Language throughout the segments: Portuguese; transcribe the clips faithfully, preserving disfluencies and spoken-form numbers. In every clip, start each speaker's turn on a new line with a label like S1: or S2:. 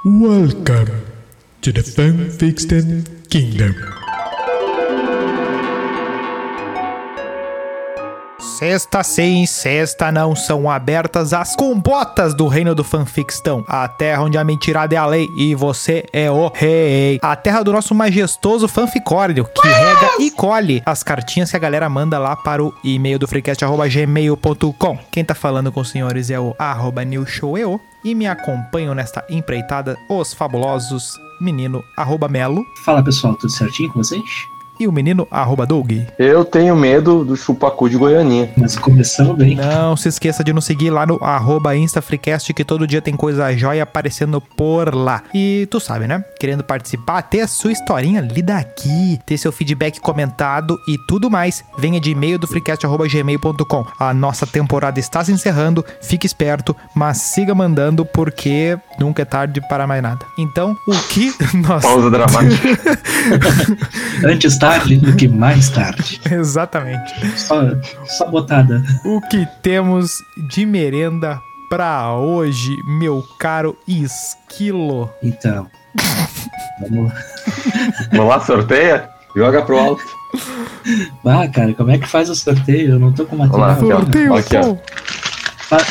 S1: Welcome to the Fanfiction Kingdom. Sexta sim, sexta não, são abertas as compotas do reino do fanfictão, a terra onde a mentirada é a lei e você é o rei, a terra do nosso majestoso fanficórnio, que rega e colhe as cartinhas que a galera manda lá para o e-mail do freecast arroba gmail ponto com. Quem tá falando com os senhores é o arroba newshoweo e me acompanham nesta empreitada os fabulosos menino arroba melo.
S2: Fala pessoal, tudo certinho com vocês?
S1: E o menino arroba Doug.
S3: Eu tenho medo do chupacu de Goianinha.
S2: Mas começando bem.
S1: Não se esqueça de nos seguir lá no arroba InstaFreecast, que todo dia tem coisa jóia aparecendo por lá. E tu sabe, né? Querendo participar, ter a sua historinha lida aqui, ter seu feedback comentado e tudo mais, venha de e-mail do freecast arroba gmail ponto com. A nossa temporada está se encerrando, fique esperto, mas siga mandando porque nunca é tarde para mais nada. Então, o que nós...
S3: Pausa dramática.
S2: Antes tarde do que mais tarde.
S1: Exatamente.
S2: Só, só botada.
S1: O que temos de merenda pra hoje, meu caro Esquilo?
S2: Então, vamos...
S3: Vamos lá, sorteia? Joga pro alto.
S2: Ah, cara, como é que faz o sorteio? Eu não tô com material.
S3: Vamos lá,
S1: Sorteio,
S3: aqui, ó.
S2: Fa-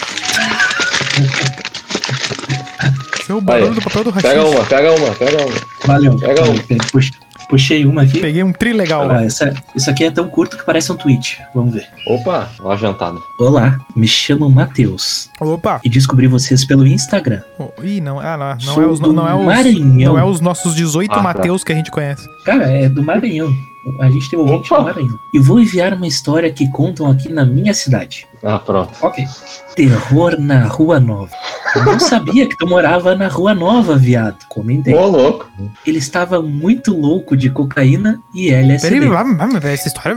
S1: Esse é o barulho
S3: Aí,
S1: do papel do rachis.
S3: Pega uma, pega uma, pega uma.
S2: Valeu.
S3: Pega um.
S2: Puxa, puxei uma aqui.
S1: Peguei um tri legal.
S2: Ah, essa, isso aqui é tão curto que parece um tweet. Vamos ver.
S3: Opa, uma jantada.
S2: Olá, me chamo Matheus
S1: Opa.
S2: e descobri vocês pelo Instagram.
S1: Oh, ih, não, ah, não, não,
S2: Sou
S1: é os,
S2: do
S1: não, é os,
S2: Maranhão.
S1: não é os nossos dezoito
S3: Ah, tá.
S1: Mateus que a gente conhece.
S2: Cara, é do Maranhão. A gente tem ouvinte
S3: Opa.
S2: do Maranhão. E vou enviar uma história que contam aqui na minha cidade.
S3: Ah, pronto.
S2: Ok. Terror na Rua Nova. Eu não sabia que tu morava na Rua Nova, viado. Comentei.
S3: Ô, louco.
S2: Ele estava muito louco de cocaína e L S D.
S1: Peraí, vamos, vamos, essa história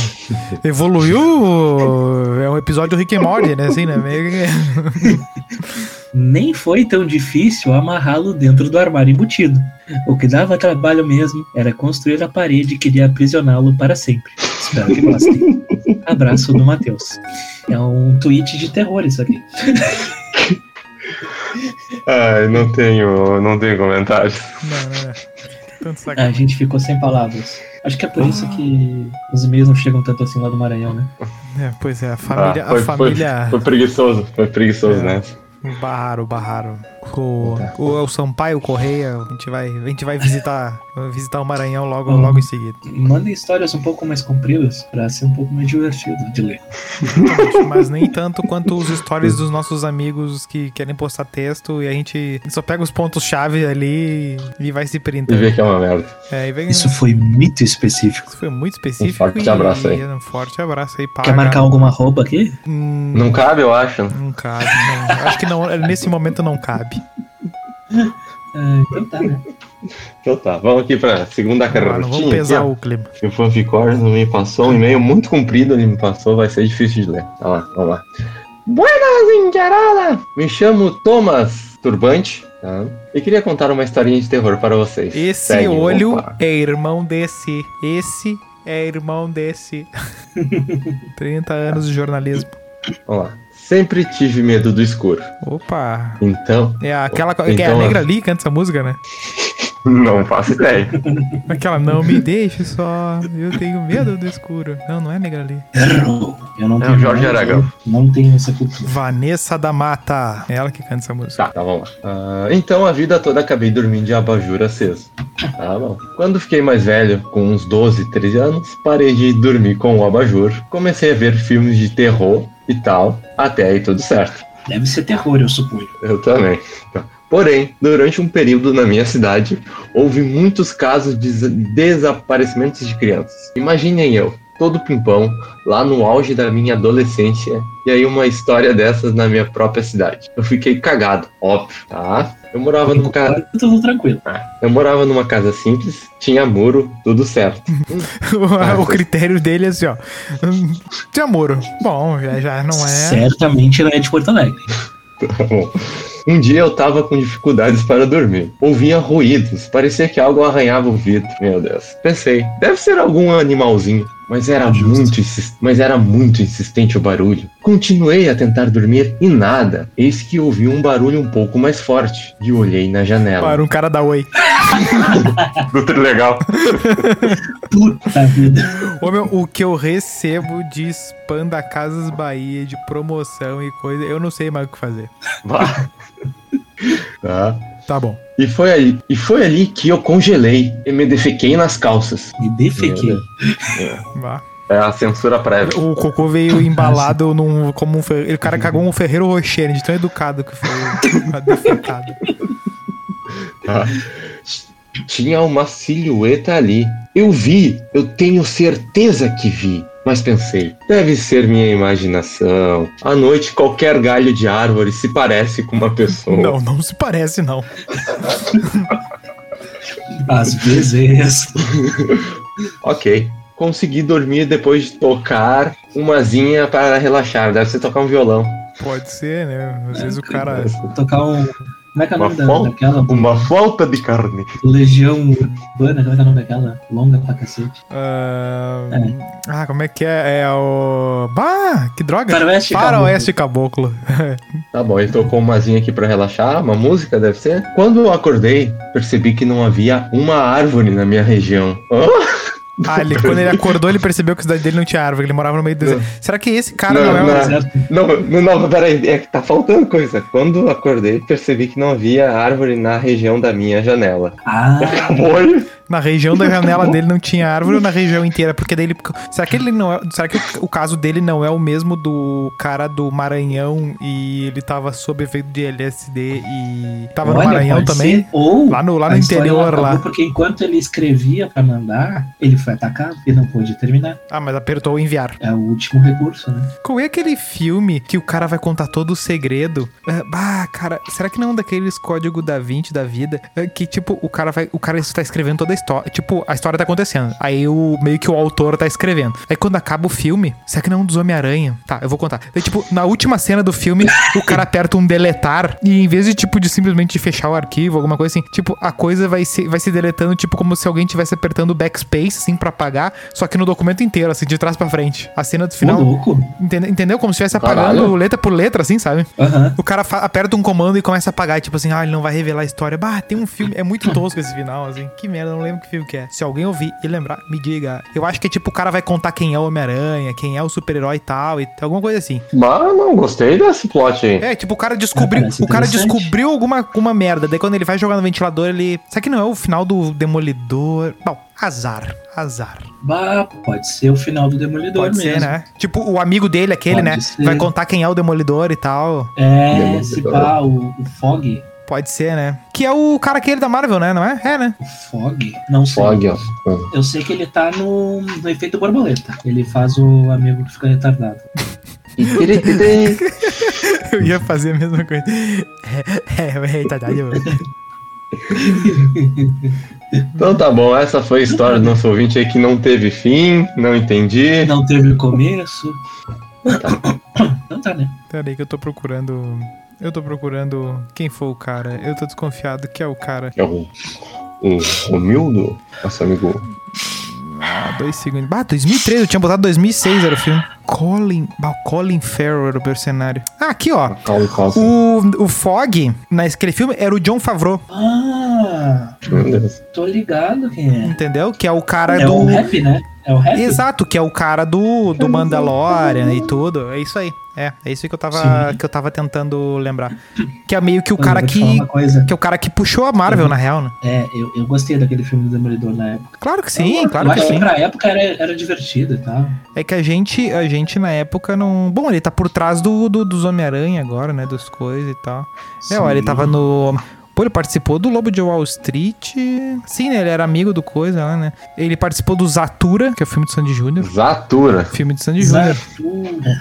S1: evoluiu. É um episódio do Rick and Morty, né? Assim, né? Meio que-
S2: Nem foi tão difícil amarrá-lo dentro do armário embutido. O que dava trabalho mesmo era construir a parede que iria aprisioná-lo para sempre. Espero que gostem. Abraço do Matheus. É um tweet de terror isso aqui.
S3: Ai, não tenho, não tenho comentários.
S1: Não, não, não. Tanto
S2: A
S1: sacanagem.
S2: gente ficou sem palavras. Acho que é por isso que os e-mails não chegam tanto assim lá do Maranhão, né?
S1: É, pois é, a família.
S3: Ah, foi,
S1: a família.
S3: foi, foi preguiçoso, foi preguiçoso,
S1: É.
S3: né?
S1: Barraram, barraram. O, o, o Sampaio Correia, a gente vai, a gente vai visitar, visitar o Maranhão logo,
S2: Uhum.
S1: logo em seguida.
S2: Mandem histórias um pouco mais compridas pra ser um pouco mais divertido de ler.
S1: Mas nem tanto quanto os stories dos nossos amigos que querem postar texto e a gente só pega os pontos-chave ali e vai se
S3: E
S1: printando.
S3: ver que é uma merda.
S1: É, e vem,
S2: Isso foi muito específico.
S1: isso foi muito específico.
S3: Um forte
S1: e-
S3: abraço aí.
S1: e um forte abraço aí. Paga.
S2: Quer marcar alguma roupa aqui?
S1: Hum,
S3: Não cabe, eu acho.
S1: não cabe. Não. Acho que não, nesse momento não cabe.
S2: Ah, então tá, né?
S3: Então tá, vamos aqui pra segunda
S1: Vamos lá, não
S3: carrotinha.
S1: vamos pesar
S3: aqui, ó.
S1: o clima.
S3: O Fanficórnio me passou um e-mail muito comprido, ele me passou, vai ser difícil de ler. Tá lá, vamos lá. Buenas, Indiarada! Me chamo Thomas Turbante, tá? E queria contar uma historinha de terror para vocês.
S1: Esse
S3: Segue,
S1: olho
S3: opa.
S1: é irmão desse. Esse é irmão desse. trinta anos de jornalismo.
S3: Vamos lá. Sempre tive medo do escuro.
S1: Opa.
S3: Então,
S1: É aquela que é a
S3: Então,
S1: negra ali canta essa música, né?
S3: não faço ideia.
S1: Aquela não me deixe só, eu tenho medo do escuro. Não, não é negra ali.
S2: Errou. Eu não
S3: É
S2: tenho
S3: o Jorge
S2: nada,
S3: Aragão.
S2: Não tenho essa cultura.
S1: Vanessa da Mata. É ela que canta essa música.
S3: Tá, tá, vamos lá. Ah, então a vida toda acabei dormindo de abajur aceso. Tá bom. Quando fiquei mais velho, com uns doze, treze anos, parei de dormir com o abajur, comecei a ver filmes de terror e tal, até aí tudo certo.
S2: Deve ser terror, eu suponho.
S3: Eu também. Porém, durante um período na minha cidade, houve muitos casos de des- desaparecimentos de crianças. Imaginem eu, todo pimpão, lá no auge da minha adolescência, e aí uma história dessas na minha própria cidade. Eu fiquei cagado, óbvio, tá? Eu morava numa casa,
S2: Agora tudo tranquilo.
S3: eu morava numa casa simples, tinha muro, tudo certo.
S1: o critério dele é assim, ó. De amor. Bom, já, já não é.
S2: Certamente não é de Porto Alegre.
S3: Tá bom. Um dia eu tava com dificuldades para dormir. Ouvia ruídos, parecia que algo arranhava o vidro. Meu Deus. Pensei, deve ser algum animalzinho. Mas era,
S2: Ah, justo.
S3: muito insist... Mas era muito insistente o barulho. Continuei a tentar dormir e nada. Eis que ouvi um barulho um pouco mais forte e olhei na janela.
S1: Para um cara da Oi.
S3: Muito legal.
S2: Puta vida.
S1: Ô, meu, o que eu recebo de spam da Casas Bahia, de promoção e coisa, eu não sei mais o que fazer.
S3: Vá. Tá.
S1: Tá bom.
S3: E foi ali, e foi ali que eu congelei e me defequei nas calças.
S2: Me defequei.
S1: Vá.
S3: É a censura prévia.
S1: O cocô veio embalado num, como um ferreiro. O cara cagou um Ferreiro Rocher, de tão educado que foi defecado.
S3: Tá. Tinha uma silhueta ali. Eu vi, eu tenho certeza que vi. Mas pensei, deve ser minha imaginação. À noite, qualquer galho de árvore se parece com uma pessoa.
S1: Não, não se parece, não.
S2: Às vezes.
S3: Ok. Consegui dormir depois de tocar umazinha para relaxar. Deve ser tocar um violão.
S1: Pode ser, né? Às vezes o cara...
S2: Tocar um. Como é que é o
S3: Uma,
S2: nome da,
S3: fal-
S2: daquela?
S3: uma falta de carne.
S2: Legião Urbana, como é que é o nome daquela? Longa pra cacete.
S1: Ah, ah, como é que é? É o... Bah, que droga.
S2: Faroeste
S1: Faroeste Caboclo.
S3: Tá bom, ele tocou umazinha aqui pra relaxar. Uma música, deve ser. Quando eu acordei, percebi que não havia uma árvore na minha região. Hã?
S1: Ah, ele, quando ele acordou, ele percebeu que a cidade dele não tinha árvore, ele morava no meio do deserto. Será que esse cara não,
S3: Não,
S1: é o...
S3: não.
S2: Certo?
S3: Não, não, não, peraí, é que tá faltando coisa. Quando acordei, percebi que não havia árvore na região da minha janela.
S2: Ah,
S3: Acabou aí?
S1: Na região da janela dele não tinha árvore ou na região inteira? Porque daí ele... Será que ele não é... Será que o, o caso dele não é o mesmo do cara do Maranhão e ele tava sob efeito de L S D e tava
S2: olha,
S1: no Maranhão
S2: pode
S1: também?
S2: ser, ou
S1: Lá no, lá no
S2: a história
S1: interior,
S2: acabou
S1: lá.
S2: Porque enquanto ele escrevia pra mandar, ele foi atacado e não pôde terminar.
S1: Ah, mas apertou o enviar.
S2: É o último recurso, né?
S1: Qual é aquele filme que o cara vai contar todo o segredo? É, bah, cara, será que não é um daqueles código da Vinci da vida? É, que, tipo, o cara vai. O cara está escrevendo toda a história. Tipo, a história tá acontecendo. Aí o meio que o autor tá escrevendo. Aí quando acaba o filme, será que não é um dos Homem-Aranha? Tá, eu vou contar. Aí, tipo, na última cena do filme, o cara aperta um deletar. E em vez de, tipo, de simplesmente fechar o arquivo, alguma coisa assim, tipo, a coisa vai se, vai se deletando, tipo, como se alguém tivesse apertando o backspace, assim, pra apagar. Só que no documento inteiro, assim, de trás pra frente. A cena do final.
S2: Ô, louco.
S1: Entende- Entendeu? Como se estivesse apagando
S3: Caralho.
S1: letra por letra, assim, sabe?
S2: Aham.
S1: O cara fa- aperta um comando e começa a apagar, tipo assim, ah, ele não vai revelar a história. Bah, tem um filme, é muito tosco esse final, assim. Que merda, eu não lembro que filme que é. Se alguém ouvir e lembrar, me diga. Eu acho que é tipo, o cara vai contar quem é o Homem-Aranha, quem é o super-herói e tal, e alguma coisa assim.
S3: Mas não, gostei desse plot aí.
S1: É, tipo, o cara descobriu,
S2: Ah, parece
S1: o cara
S2: interessante.
S1: descobriu alguma, alguma merda. Daí quando ele vai jogar no ventilador, ele... Será que não é o final do Demolidor? Bom, azar, azar.
S2: Bah, pode ser o final do Demolidor
S1: Pode
S2: mesmo.
S1: ser, né? Tipo, o amigo dele, aquele,
S2: Pode
S1: né?
S2: ser.
S1: Vai contar quem é o Demolidor e tal.
S2: É,
S3: Demolidor.
S2: se pá, o, o Fog.
S1: Pode ser, né? Que é o cara aquele da Marvel, né? Não é? É, né?
S2: O Fog? Não sei.
S3: Fog, ó. Hum.
S2: Eu sei que ele tá no, no efeito borboleta. Ele faz o amigo que fica retardado.
S1: Eu ia fazer a mesma coisa. É, é, é, tá, tá, eu-
S3: Então tá bom, essa foi a história do nosso ouvinte aí que não teve fim, não entendi.
S2: Não teve começo. Não tá, né?
S1: Peraí que eu tô procurando... Eu tô procurando quem foi o cara. Eu tô desconfiado que é o cara.
S3: É o, o Romildo, nosso amigo.
S1: Ah, dois segundos. Ah, dois mil e treze, eu tinha botado dois mil e seis era o filme. Colin... Ah, o Colin Farrell era o mercenário. Ah, aqui, ó.
S3: Calma, calma.
S1: O, o Fog, naquele filme, era o John Favreau.
S2: Ah,
S3: Meu Deus.
S2: tô ligado quem é.
S1: Entendeu? Que é o cara
S2: É
S1: do...
S2: o rap, né? É o rap?
S1: Exato, que é o cara do, do Mandalorian e tudo. É isso aí. É, é isso que eu tava,
S2: Sim.
S1: que eu tava tentando lembrar. Que é meio que o
S2: Olha,
S1: cara
S2: eu vou te falar
S1: que...
S2: uma coisa.
S1: Que é o cara que puxou a Marvel,
S2: Uhum.
S1: na real, né?
S2: É, eu, eu gostei daquele filme do Demolidor na época.
S1: Claro que sim, claro
S2: eu
S1: que
S2: acho
S1: sim.
S2: que pra época era, era divertido e tal.
S1: É que a gente, a gente na época não... Bom, ele tá por trás do, do- dos Homem-Aranha agora, né? Dos coisas e tal. É, ó, ele
S2: Sim.
S1: tava no... Pô, ele participou do Lobo de Wall Street. Sim, né? Ele era amigo do coisa lá, né? Ele participou do Zatura, que é o filme do Sandy Júnior.
S3: Zatura.
S1: Filme de Sandy Júnior.
S2: Zatura.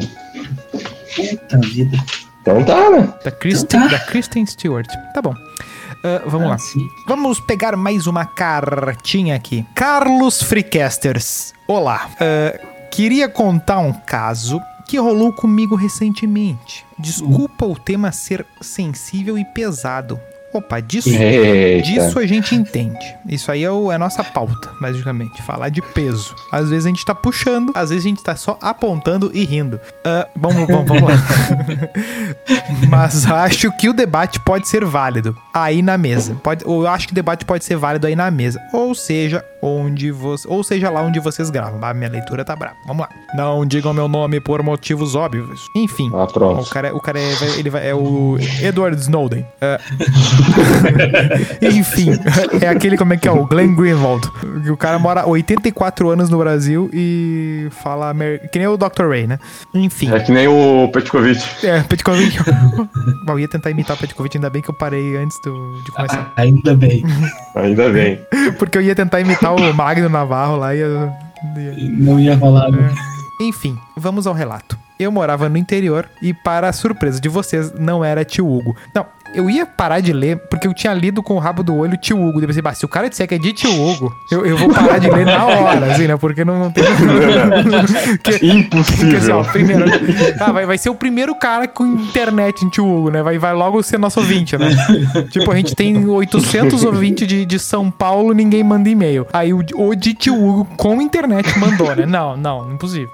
S2: Puta vida.
S3: Então tá, né?
S1: Da Kristen,
S2: Então tá.
S1: da Kristen Stewart. Tá bom. Ah, vamos
S2: Ah,
S1: lá.
S2: sim.
S1: Vamos pegar mais uma cartinha aqui. Carlos Freecasters. Olá. Ah, queria contar um caso que rolou comigo recentemente. Desculpa o tema ser sensível e pesado. Opa, disso,
S3: Eita.
S1: disso a gente entende. Isso aí é, o, é a nossa pauta, basicamente. Falar de peso. Às vezes a gente tá puxando, às vezes a gente tá só apontando e rindo. Uh, vamos, vamos, vamos lá. Mas acho que o debate pode ser válido aí na mesa. Pode, eu acho que o debate pode ser válido aí na mesa. Ou seja, onde você, ou seja lá onde vocês gravam. A minha leitura tá brava. Vamos lá. Não digam meu nome por motivos óbvios. Enfim.
S3: Ah, pronto.
S1: O cara, o cara é, ele vai, é o Edward Snowden. Uh, enfim. É aquele, como é que é? O Glenn Greenwald. O cara mora oitenta e quatro anos no Brasil e fala... Amer... Que nem o doutor Ray, né? Enfim.
S3: É que nem o Petkovic.
S1: É, Petkovic. Eu ia tentar imitar o Petkovic, ainda bem que eu parei antes do, de começar.
S2: Ah, ainda bem.
S3: Ainda bem.
S1: Porque eu ia tentar imitar o Magno Navarro lá e eu...
S2: Não ia falar, né?
S1: Enfim, vamos ao relato. Eu morava no interior e, para a surpresa de vocês, não era tio Hugo. Não, eu ia parar de ler porque eu tinha lido com o rabo do olho tio Hugo. Depois, bah, se o cara disser que é de tio Hugo, eu, eu vou parar de ler na hora, assim, né? Porque não, não tem... que,
S3: Impossível.
S1: Porque, assim, ó, primeiro... Ah, vai, vai ser o primeiro cara com internet em tio Hugo, né? Vai, vai logo ser nosso ouvinte, né? Tipo, a gente tem oitocentos ouvintes de, de São Paulo, ninguém manda e-mail. Aí o, o de tio Hugo com internet mandou, né? Não, não, impossível.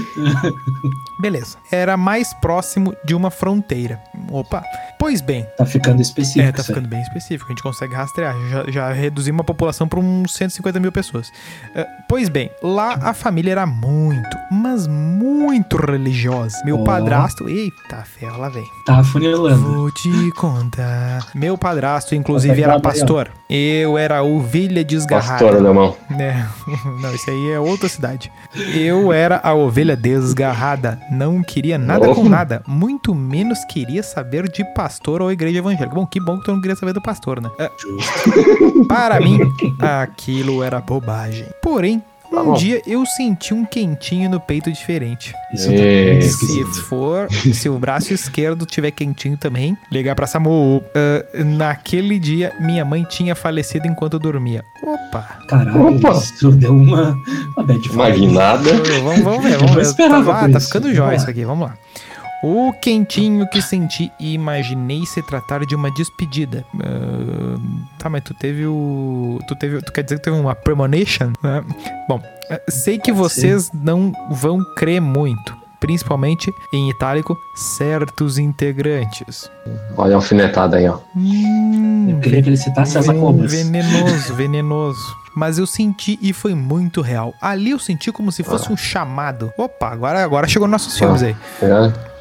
S1: Beleza. Era mais próximo de uma fronteira. Opa. Pois bem.
S2: Tá ficando específico.
S1: É, tá ficando bem específico. A gente consegue rastrear. Já, já reduzimos a população para uns cento e cinquenta mil pessoas. Uh, pois bem, lá a família era muito, mas muito religiosa. Meu
S2: oh.
S1: padrasto... Eita, ferro, lá vem.
S2: Tá afunilando.
S1: Vou te contar. Meu padrasto, inclusive, era pastor. Eu era ovelha desgarrada.
S3: Pastor alemão.
S1: É, não, isso aí é outra cidade. Eu era a ovelha desgarrada. Não queria nada
S3: oh.
S1: com nada. Muito menos queria saber de pastor ou igreja evangélica. Bom, que bom que tu não queria saber do pastor, né? Uh, para mim, aquilo era bobagem. Porém,
S3: Tá
S1: um
S3: bom.
S1: dia eu senti um quentinho no peito diferente.
S2: Isso tá muito
S1: Se
S2: esquisito.
S1: for, se o braço esquerdo tiver quentinho também, ligar pra Samu. Uh, naquele dia, minha mãe tinha falecido enquanto eu dormia. Opa!
S2: Caralho,
S3: Opa.
S2: isso deu uma, uma bad vibe.
S3: Magnada.
S1: Vamos, vamos ver,
S2: Eu
S1: vamos
S2: não
S1: ver.
S2: esperava
S1: Tá,
S2: por
S1: tá
S2: isso.
S1: ficando
S2: Vamos
S1: jóia
S2: lá.
S1: isso aqui, vamos lá. O quentinho que senti e imaginei se tratar de uma despedida. Uh, tá, mas tu teve o... Tu, teve, tu quer dizer que teve uma premonition? Né? Bom, uh, sei que vocês não vão crer muito. Principalmente, em itálico, certos integrantes.
S3: Olha a alfinetada aí, ó.
S1: Hum,
S2: Eu queria que ele citasse as acobas.
S1: venenoso, venenoso. Mas eu senti e foi muito real. Ali eu senti como se fosse um chamado. Opa, agora, agora chegou nossos filmes aí.
S3: É.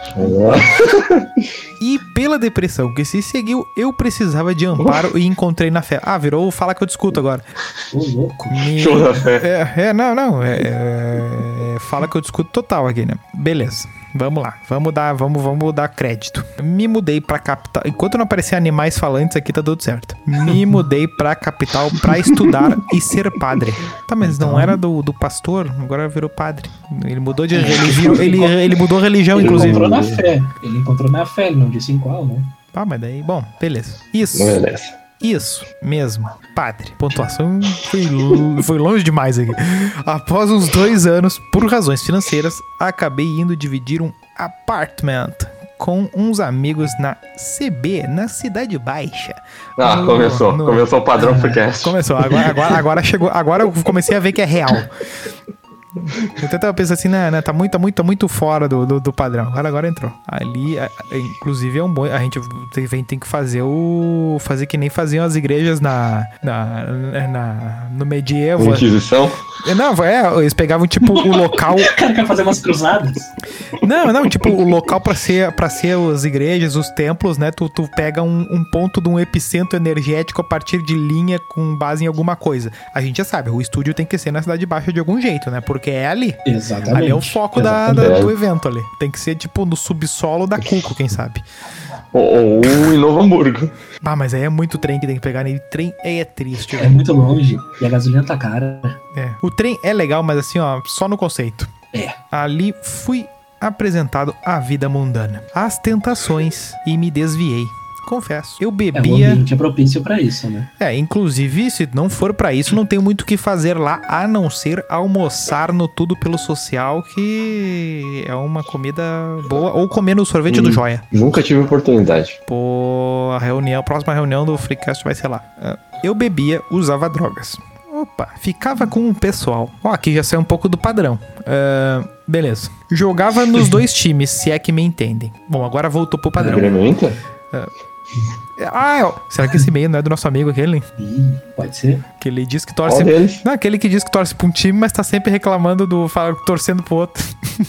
S1: E pela depressão que se seguiu, eu precisava de amparo e encontrei na fé. Ah, virou Fala Que Eu Discuto agora.
S2: Ô, louco.
S1: Me-
S3: Show da fé.
S1: É, é, não, não. É, é, Fala Que Eu Discuto total aqui, né? Beleza. Vamos lá, vamos dar, vamos, vamos dar crédito. Me mudei pra capital. Enquanto não aparecer animais falantes aqui, tá tudo certo. Me mudei pra capital pra estudar e ser padre. Tá, mas não era do, do pastor, agora virou padre. Ele mudou de. Ele, virou, ele, ele mudou religião,
S2: Ele
S1: inclusive.
S2: encontrou na fé. Ele encontrou na fé, ele não disse em qual, né?
S1: Ah, mas daí, bom, beleza. Isso.
S3: Beleza.
S1: Isso mesmo, padre. Pontuação foi, lo- foi longe demais aqui. Após uns dois anos, por razões financeiras, acabei indo dividir um apartment com uns amigos na C B, na Cidade Baixa.
S3: Ah,
S1: No-
S3: começou.
S1: no-
S3: Começou o padrão Freecast.
S1: Começou, agora, agora, agora chegou, agora eu comecei a ver que é real. Eu até tava pensando assim, né, né, tá muito, tá muito, tá muito fora do, do, do padrão. Agora, agora entrou. Ali, a- a- inclusive, é um bom. A gente tem, tem que fazer o. Fazer que nem faziam as igrejas na. na, na no medievo.
S3: Inquisição.
S1: Não, é, eles pegavam, tipo, o local.
S2: O cara quer fazer umas cruzadas.
S1: Não, não, tipo, o local pra ser, pra ser as igrejas, os templos, né? Tu, tu pega um, um ponto de um epicentro energético a partir de linha com base em alguma coisa. A gente já sabe, o estúdio tem que ser na Cidade Baixa de algum jeito, né? Porque é ali.
S2: Exatamente.
S1: Ali é o foco da,
S2: Exatamente.
S1: da- do evento ali. Tem que ser, tipo, no subsolo da Cuco, quem sabe.
S3: Ou, ou em Novo Hamburgo.
S1: Ah, mas aí é muito trem que tem que pegar, né? E trem é triste,
S2: É
S1: velho.
S2: muito longe e a gasolina tá cara.
S1: É. O trem é legal, mas assim, ó, só no conceito.
S2: É.
S1: Ali fui apresentado à vida mundana, às tentações e me desviei. confesso. Eu
S2: É, o
S1: bebia...
S2: ambiente é propício pra isso, né?
S1: É, inclusive, se não for pra isso, não tem muito o que fazer lá, a não ser almoçar no Tudo Pelo Social, que é uma comida boa, ou comer no sorvete
S3: Hum.
S1: do Joia.
S3: Nunca tive oportunidade.
S1: Pô, a reunião, a próxima reunião do Freecast vai ser lá. Ah, Eu bebia, usava drogas. Opa, ficava com o pessoal. Ó, aqui já saiu um pouco do padrão. Ah, beleza. Jogava nos dois times, se é que me entendem. Bom, agora voltou pro padrão.
S3: Grêmio Inter?
S1: Ah, é, ó, será que esse e-mail não é do nosso amigo aquele?
S2: Ih, pode ser?
S1: Que ele diz que torce...
S3: Qual deles?
S1: Não, aquele que diz que torce pra um time, mas tá sempre reclamando do... fala- torcendo pro outro.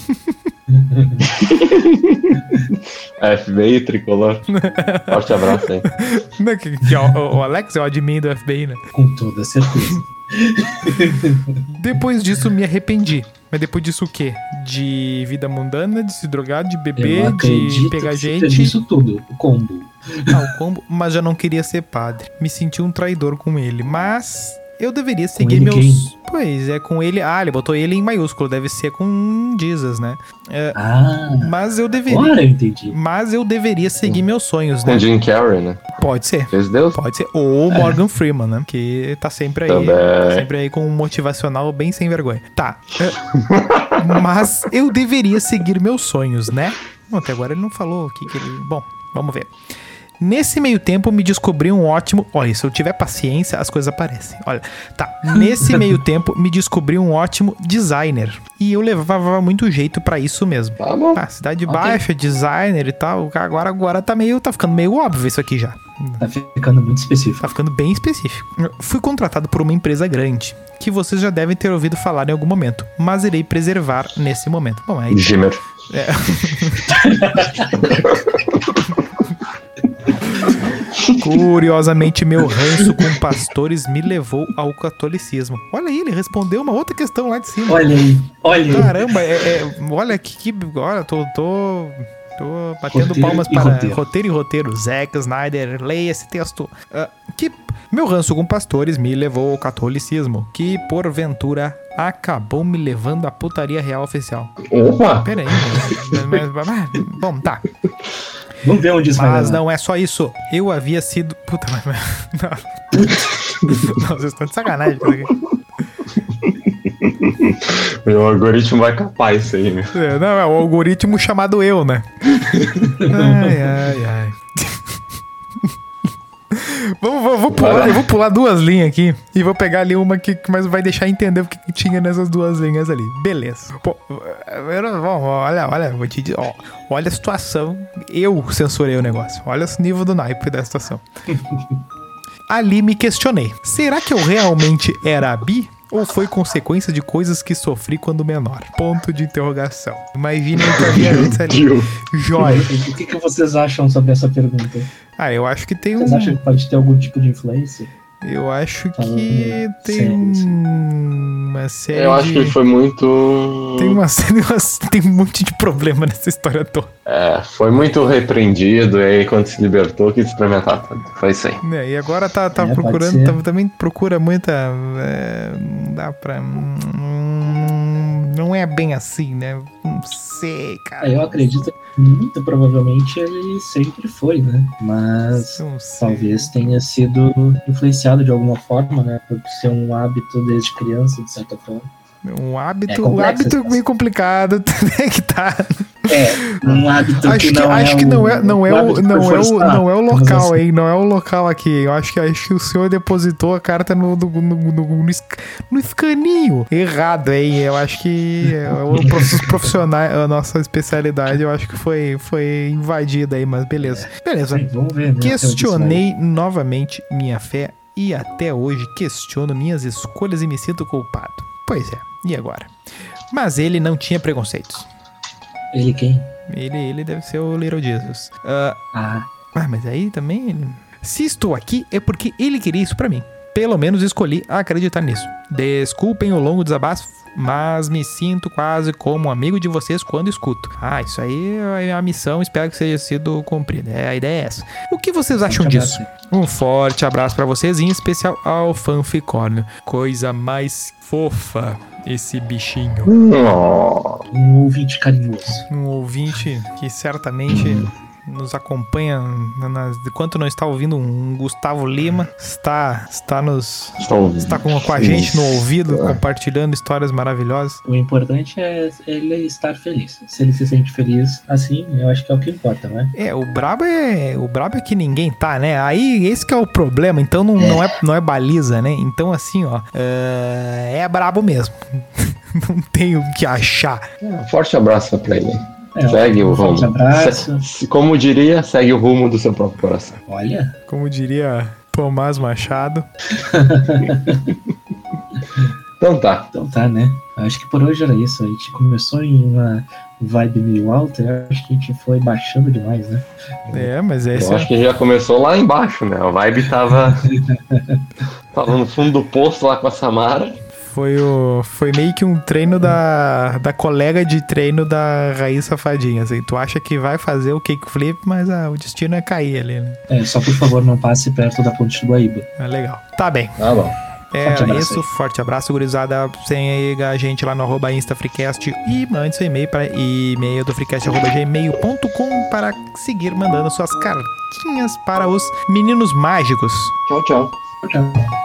S3: F B I, tricolor. Forte abraço aí.
S1: Não, que, que é o, o Alex é o admin do F B I, né?
S2: Com toda certeza.
S1: Depois disso, me arrependi. Mas depois disso o quê? De vida mundana, de se drogar, de
S2: Eu
S1: beber, de
S2: acredito
S1: pegar
S2: que seja
S1: gente.
S2: isso tudo, o combo.
S1: Ah, o combo. Mas já não queria ser padre. Me senti um traidor com ele. Mas eu deveria seguir
S2: ele
S1: meus...
S2: quem?
S1: Pois, é com ele... Ah, ele botou ele em maiúsculo. Deve ser com Jesus, né? É,
S2: Ah,
S1: mas eu deveria...
S2: agora eu entendi.
S1: Mas eu deveria seguir meus sonhos, né?
S3: Com Jim Carrey, né?
S1: Pode ser.
S3: Fez Deus?
S1: Pode ser. Ou Morgan Freeman, né? Que tá sempre aí.
S3: Também.
S1: Tá sempre aí com um motivacional bem sem vergonha. Tá. É, mas eu deveria seguir meus sonhos, né? Bom, até agora ele não falou o que, que ele... Bom, vamos ver. Nesse meio tempo, me descobri um ótimo... Olha, se eu tiver paciência, as coisas aparecem. Olha, tá. Nesse meio tempo, me descobri um ótimo designer. E eu levava muito jeito pra isso mesmo.
S3: Tá bom.
S1: Ah, cidade
S2: Ok.
S1: baixa, designer e tal. Agora, agora tá meio... Tá ficando meio óbvio isso aqui já.
S2: Tá ficando muito específico.
S1: Tá ficando bem específico. Fui contratado por uma empresa grande, que vocês já devem ter ouvido falar em algum momento, mas irei preservar nesse momento. Bom, aí...
S3: Gimmer.
S1: É. Curiosamente, meu ranço com pastores me levou ao catolicismo. Olha aí, ele respondeu uma outra questão lá de cima.
S2: Olha aí, olha aí.
S1: Caramba, é, é- olha que, que olha, tô, tô, tô batendo
S2: Roteiro
S1: palmas
S2: e
S1: para
S2: roteiro.
S1: roteiro e roteiro. Zack Snyder, leia esse texto. Ah, que meu ranço com pastores me levou ao catolicismo, que porventura acabou me levando à putaria real oficial.
S3: Opa!
S1: Pera aí, mas, mas- mas- mas- bom, tá.
S2: Vamos ver onde isso vai
S1: Mas
S2: levar.
S1: não é só isso. Eu havia sido. Puta, mas. mas- Não, não vocês estão de sacanagem com isso aqui.
S3: Meu algoritmo vai capar isso aí, meu.
S1: É, não, é o algoritmo chamado eu, né? Ai, ai, ai. Vamos, vou, vou pular, eu vou pular duas linhas aqui e vou pegar ali uma que, que mais vai deixar entender o que, que tinha nessas duas linhas ali. Beleza. Pô, eu não- bom, olha, olha, vou te dizer, ó, olha a situação. Eu censurei o negócio. Olha o nível do naipe da situação. Ali me questionei. Será que eu realmente era bi? Ou foi consequência de coisas que sofri quando menor? Ponto de interrogação. Imaginem que havia antes ali.
S3: Deus.
S1: Joia.
S2: O que, que vocês acham sobre essa pergunta?
S1: Ah, eu acho que tem um...
S2: Vocês acham que pode ter algum tipo de influência?
S1: Eu acho
S2: Falando
S1: que tem
S2: sério, assim.
S1: uma série
S3: Eu acho
S1: de...
S3: que foi muito.
S1: Tem uma série... Tem um monte de problema nessa história toda.
S3: É, foi muito repreendido, e aí quando se libertou, quis experimentar tudo. Foi isso aí.
S1: Né, e agora tá, tá
S2: É, pode
S1: procurando...
S2: ser.
S1: tá- também procura muita... é, não dá pra... hum, não é bem assim, né? Não sei, cara.
S2: Ah, eu acredito que muito provavelmente ele sempre foi, né? Mas
S1: Não sei.
S2: talvez tenha sido influenciado de alguma forma, né? Por ser um hábito desde criança, de certa forma.
S1: Um hábito...
S2: É
S1: um
S2: complexo
S1: hábito
S2: essa
S1: meio complicado. Né, que tá...
S2: É, um hábito
S1: Acho
S2: que
S1: que,
S2: não
S1: acho
S2: é
S1: que
S2: o-
S1: não é, não é o,
S2: hábito
S1: não
S2: por
S1: é o,
S2: forçar,
S1: não é o
S2: digamos
S1: local,
S2: assim.
S1: hein? Não é o local aqui. Eu acho que, acho que o senhor depositou a carta no, no, no, no, no, esc- no escaninho. Errado, hein? Eu acho que é, o prof- profissional, a nossa especialidade, eu acho que foi, foi invadida aí, mas beleza. Beleza.
S2: Sim, vamos ver, né? até onde isso vai.
S1: Questionei novamente minha fé e até hoje questiono minhas escolhas e me sinto culpado. Pois é, e agora? Mas ele não tinha preconceitos.
S2: Ele quem?
S1: Ele, ele deve ser o Little Jesus. Ah,
S2: Ah,
S1: ah, mas aí também ele... Se estou aqui é porque ele queria isso pra mim. Pelo menos escolhi acreditar nisso. Desculpem o longo desabafo, mas me sinto quase como um amigo de vocês quando escuto. Ah, isso aí é a missão, espero que seja sido cumprida. É, a ideia é essa. O que vocês acham
S2: forte
S1: disso?
S2: abraço.
S1: Um forte abraço pra vocês, em especial ao Fanficórnio. Coisa mais fofa, esse bichinho.
S3: Oh,
S2: Um ouvinte carinhoso.
S1: Um ouvinte que certamente nos acompanha, nas, enquanto não está ouvindo um Gustavo Lima, está, está, nos, está com, com a gente no ouvido, compartilhando histórias maravilhosas.
S2: O importante é ele estar feliz. Se ele se sente feliz assim, eu acho que é o que importa, né?
S1: É, o brabo é, o brabo é que ninguém tá, né? Aí esse que é o problema, então não é, não é, não é baliza, né? Então assim, ó, é, é brabo mesmo. Não tenho o que achar.
S3: Um forte abraço pra ele.
S2: É,
S3: segue
S2: um
S3: o rumo.
S2: forte abraço.
S3: Se, como diria, segue o rumo do seu próprio coração.
S2: Olha.
S1: Como diria Tomás Machado.
S3: Então tá.
S2: Então tá, né? Acho que por hoje era isso. A gente começou em uma vibe meio alta e acho que a gente foi baixando demais, né?
S1: É, mas é isso.
S3: Eu acho que já começou lá embaixo, né? A vibe tava, tava no fundo do poço lá com a Samara.
S1: Foi, o, foi meio que um treino da, da colega de treino da Raíssa Safadinha, assim. Tu acha que vai fazer o kickflip, mas ah, o destino é cair ali, né?
S2: É, só por favor não passe perto da ponte do Guaíba.
S1: É legal. Tá bem.
S3: Tá bom.
S1: É
S2: Forte
S1: isso,
S2: aí.
S1: forte abraço, gurizada. Siga a gente lá no arroba InstaFreecast e mande seu e-mail para e-mail do freecast arroba gmail ponto com para seguir mandando suas cartinhas para os meninos mágicos.
S3: Tchau, tchau.
S2: Tchau.